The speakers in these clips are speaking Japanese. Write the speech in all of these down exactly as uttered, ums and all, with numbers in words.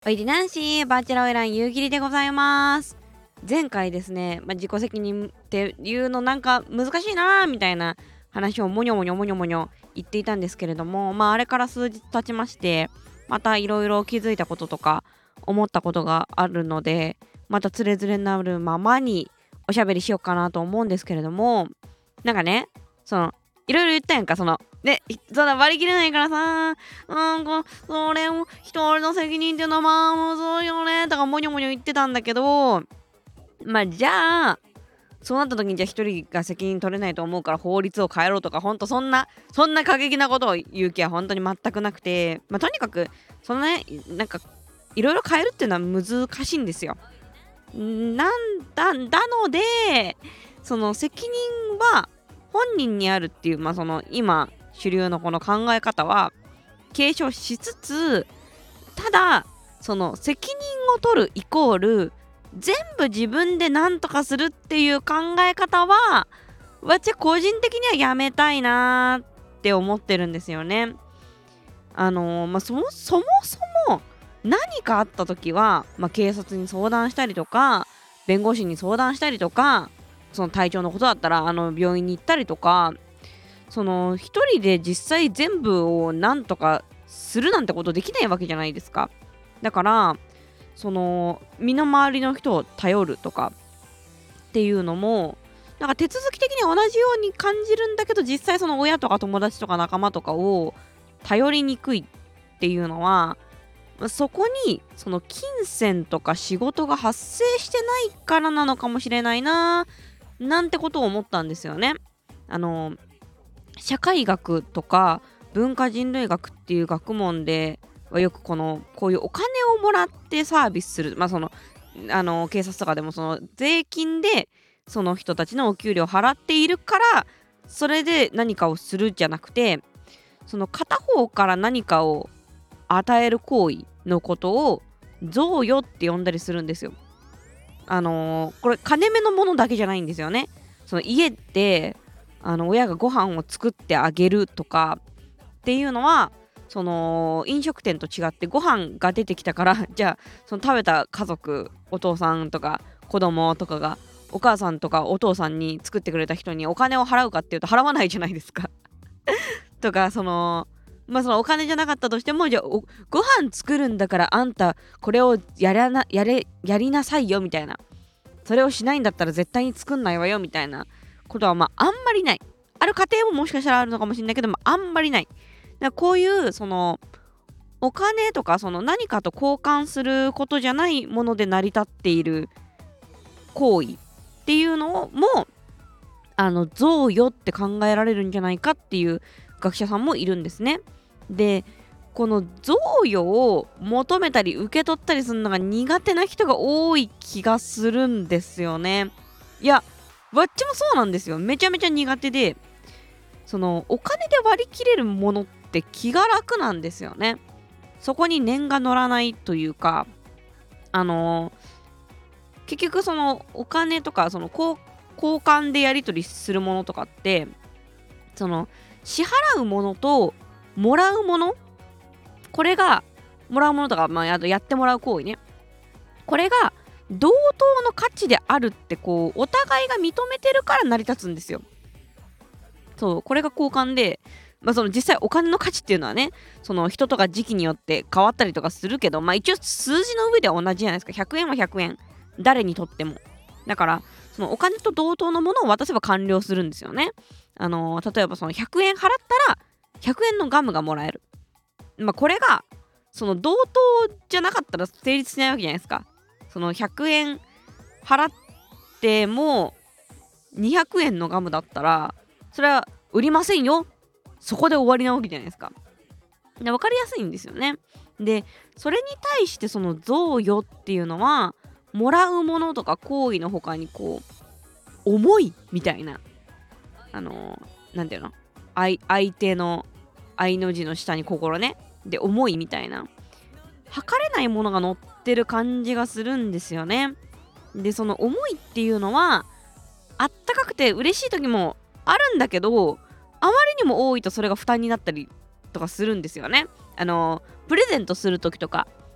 おいでナンシーバーチャロイラン夕霧でございます。前回ですね、まあ、自己責任っていうのなんか難しいなーみたいな話をもにょもにょもにょもにょ言っていたんですけれども、まああれから数日経ちまして、またいろいろ気づいたこととか思ったことがあるので、またつれづれになるままにおしゃべりしようかなと思うんですけれども、なんかね、そのいろいろ言ったやんか。そのね、そんな割り切れないからさ、なんかそれを一人の責任っていうのはまあむずいよねとかもにょもにょ言ってたんだけど、まあじゃあそうなった時にじゃあ一人が責任取れないと思うから法律を変えろとか、ほんとそんなそんな過激なことを言う気は本当に全くなくて、まあとにかくそのね、なんかいろいろ変えるっていうのは難しいんですよ。なんだだので、その責任は本人にあるっていう、まあその今主流のこの考え方は継承しつつ、ただその責任を取るイコール全部自分で何とかするっていう考え方は、私個人的にはやめたいなーって思ってるんですよね。あのーまあそもそもそも何かあった時は、まあ、警察に相談したりとか弁護士に相談したりとか、その体調のことだったらあの病院に行ったりとか、その一人で実際全部をなんとかするなんてことできないわけじゃないですか。だからその身の回りの人を頼るとかっていうのも、なんか手続き的に同じように感じるんだけど、実際その親とか友達とか仲間とかを頼りにくいっていうのは、そこにその金銭とか仕事が発生してないからなのかもしれないななんてことを思ったんですよね。あの社会学とか文化人類学っていう学問ではよくこのこういうお金をもらってサービスする、まあそのあの警察とかでもその税金でその人たちのお給料を払っているからそれで何かをするじゃなくて、その片方から何かを与える行為のことを贈与って呼んだりするんですよ。あのーこれ金目のものだけじゃないんですよね。その家ってあの親がご飯を作ってあげるとかっていうのは、その飲食店と違ってご飯が出てきたからじゃあその食べた家族、お父さんとか子供とかがお母さんとかお父さんに作ってくれた人にお金を払うかっていうと払わないじゃないですかとか、そのまあそのお金じゃなかったとしても、じゃあおご飯作るんだからあんたこれをやらなやれやりなさいよみたいな、それをしないんだったら絶対に作んないわよみたいなことはまああんまりない。ある家庭ももしかしたらあるのかもしれないけども、あんまりない。だからこういうそのお金とかその何かと交換することじゃないもので成り立っている行為っていうのも、あの贈与って考えられるんじゃないかっていう学者さんもいるんですね。で、この贈与を求めたり受け取ったりするのが苦手な人が多い気がするんですよね。いや、わっちもそうなんですよ。めちゃめちゃ苦手で、そのお金で割り切れるものって気が楽なんですよね。そこに念が乗らないというか、あのー結局そのお金とかその交交換でやり取りするものとかって、その支払うものともらうもの、これがもらうものとか、まあ、あとやってもらう行為ね、これが同等の価値であるってこうお互いが認めてるから成り立つんですよ。そう、これが交換で、まあ、その実際お金の価値っていうのはね、その人とか時期によって変わったりとかするけど、まあ一応数字の上では同じじゃないですか。ひゃくえんはひゃくえん、誰にとっても。だからそのお金と同等のものを渡せば完了するんですよね。あのー例えばそのひゃくえん払ったらひゃくえんのガムがもらえる。まあこれがその同等じゃなかったら成立しないわけじゃないですか。そのひゃくえん払ってもにひゃくえんのガムだったら、それは売りませんよ、そこで終わりなわけじゃないですか。で分かりやすいんですよね。でそれに対してその贈与っていうのは、もらうものとか行為の他にこう思いみたいな、あのー、なんていうの、相相手の愛の字の下に心ね、で思いみたいな測れないものが乗ってる感じがするんですよね。でその思いっていうのはあったかくて嬉しい時もあるんだけど、あまりにも多いとそれが負担になったりとかするんですよね。あのプレゼントする時とか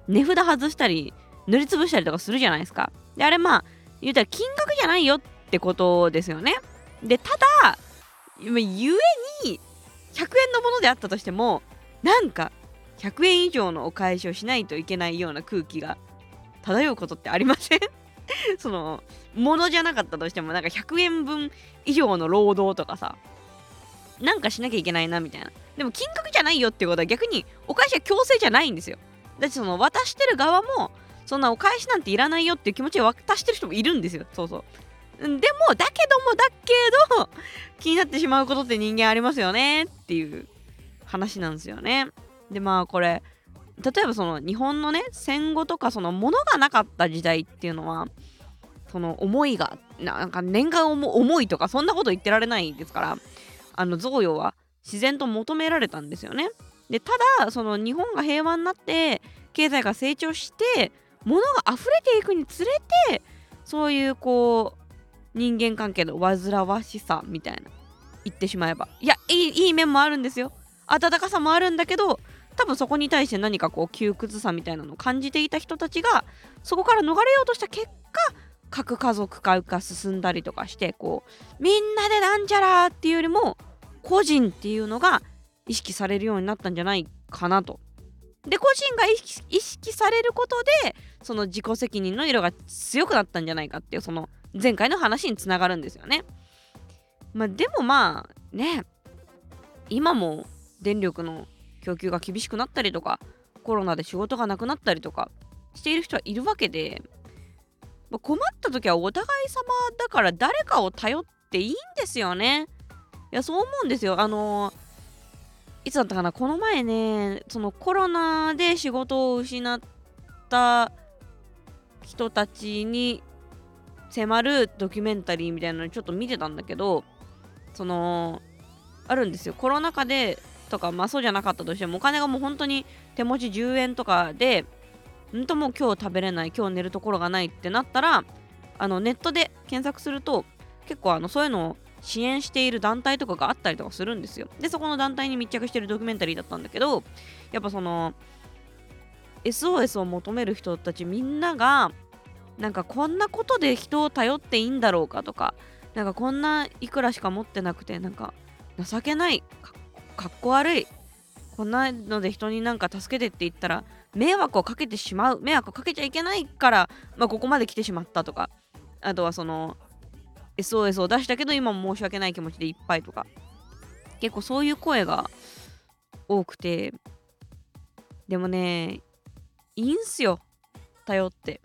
値札外したり塗りつぶしたりとかするじゃないですか。であれまあ言うたら金額じゃないよってことですよね。でただゆえにひゃくえんのものであったとしてもなんかひゃくえん以上のお返しをしないといけないような空気が漂うことってありませんそのものじゃなかったとしてもなんかひゃくえんぶん以上の労働とかさなんかしなきゃいけないなみたいな。でも金額じゃないよっていうことは逆にお返しは強制じゃないんですよ。だってその渡してる側もそんなお返しなんていらないよっていう気持ちで渡してる人もいるんですよ。そうそう。でもだけどもだけど気になってしまうことって人間ありますよねっていう話なんですよね。でまあこれ例えばその日本のね戦後とかその物がなかった時代っていうのはその思いがなんか年間重いとかそんなこと言ってられないですからあの贈与は自然と求められたんですよね。でただその日本が平和になって経済が成長して物が溢れていくにつれてそういうこう人間関係の煩わしさみたいな言ってしまえばいやいいいい面もあるんですよ。温かさもあるんだけど多分そこに対して何かこう窮屈さみたいなのを感じていた人たちがそこから逃れようとした結果核家族化が進んだりとかしてこうみんなでなんちゃらっていうよりも個人っていうのが意識されるようになったんじゃないかなと。で個人が意識、意識されることでその自己責任の色が強くなったんじゃないかっていうその前回の話につながるんですよね。まあでもまあね今も電力の供給が厳しくなったりとかコロナで仕事がなくなったりとかしている人はいるわけで、まあ、困った時はお互い様だから誰かを頼っていいんですよね。いやそう思うんですよ。あのーいつだったかなこの前ねそのコロナで仕事を失った人たちに迫るドキュメンタリーみたいなのちょっと見てたんだけどそのあるんですよ。コロナ禍でとかまあそうじゃなかったとしてもお金がもう本当に手持ちじゅうえんとかでんともう今日食べれない今日寝るところがないってなったらあのネットで検索すると結構あのそういうのを支援している団体とかがあったりとかするんですよ。でそこの団体に密着してるドキュメンタリーだったんだけどやっぱその エスオーエス を求める人たちみんながなんかこんなことで人を頼っていいんだろうかとかなんかこんないくらしか持ってなくてなんか情けない か, かっこ悪いこんなので人になんか助けてって言ったら迷惑をかけてしまう迷惑をかけちゃいけないから、まあ、ここまで来てしまったとかあとはその エスオーエス を出したけど今も申し訳ない気持ちでいっぱいとか結構そういう声が多くてでもねいいんすよ頼って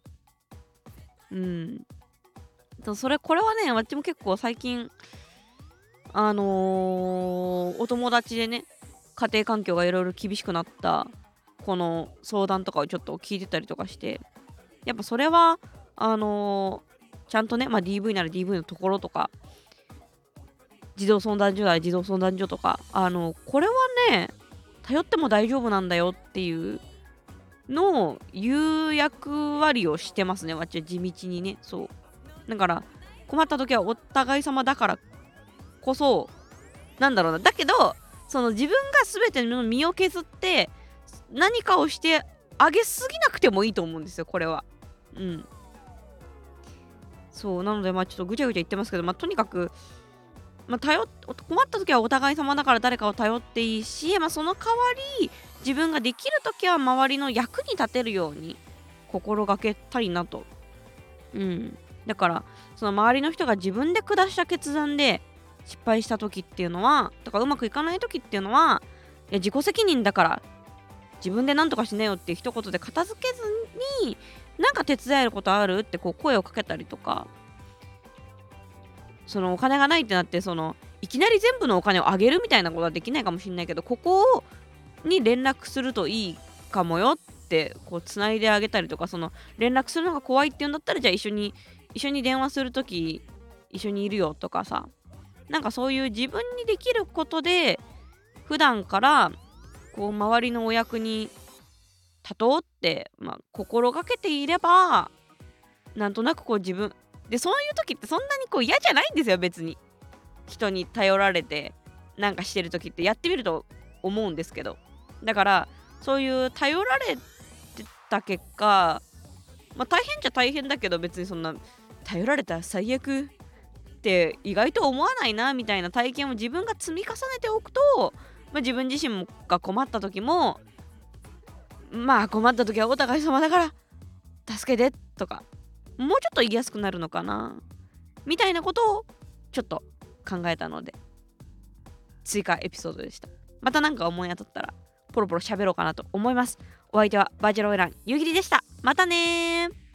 うんとそれこれはね私も結構最近あのー、お友達でね家庭環境がいろいろ厳しくなったこの相談とかをちょっと聞いてたりとかしてやっぱそれはあのーちゃんとね、まあ、ディーブイ なら ディーブイ のところとか児童相談所なら児童相談所とかあのこれはね頼っても大丈夫なんだよっていうのを言う役割をしてますね。わっちは地道にね。そうだから困った時はお互い様だからこそなんだろうなだけどその自分が全ての身を削って何かをしてあげすぎなくてもいいと思うんですよこれは。うんそうなのでまあちょっとぐちゃぐちゃ言ってますけどまあとにかくまあ頼っ困った時はお互い様だから誰かを頼っていいし、まあ、その代わり自分ができる時は周りの役に立てるように心がけたいなと。うんだからその周りの人が自分で下した決断で失敗した時っていうのはとかうまくいかない時っていうのはいや自己責任だから自分で何とかしなよっていう一言で片付けずになんか手伝えることあるってこう声をかけたりとかそのお金がないってなってそのいきなり全部のお金をあげるみたいなことはできないかもしれないけどここに連絡するといいかもよってこうつないであげたりとかその連絡するのが怖いっていうんだったらじゃあ一緒に一緒に電話するとき一緒にいるよとかさなんかそういう自分にできることで普段からこう周りのお役に立とうって、まあ、心がけていればなんとなくこう自分でそういう時ってそんなにこう嫌じゃないんですよ別に人に頼られてなんかしてる時ってやってみると思うんですけどだからそういう頼られてた結果、まあ大変じゃ大変だけど別にそんな頼られたら最悪って意外と思わないなみたいな体験を自分が積み重ねておくと、まあ、自分自身が困った時も、まあ困った時はお互い様だから助けてとか、もうちょっと言いやすくなるのかなみたいなことをちょっと考えたので追加エピソードでした。また何か思い当たったらポロポロ喋ろうかなと思います。お相手はバーチャルオイラン夕霧でした。またねー。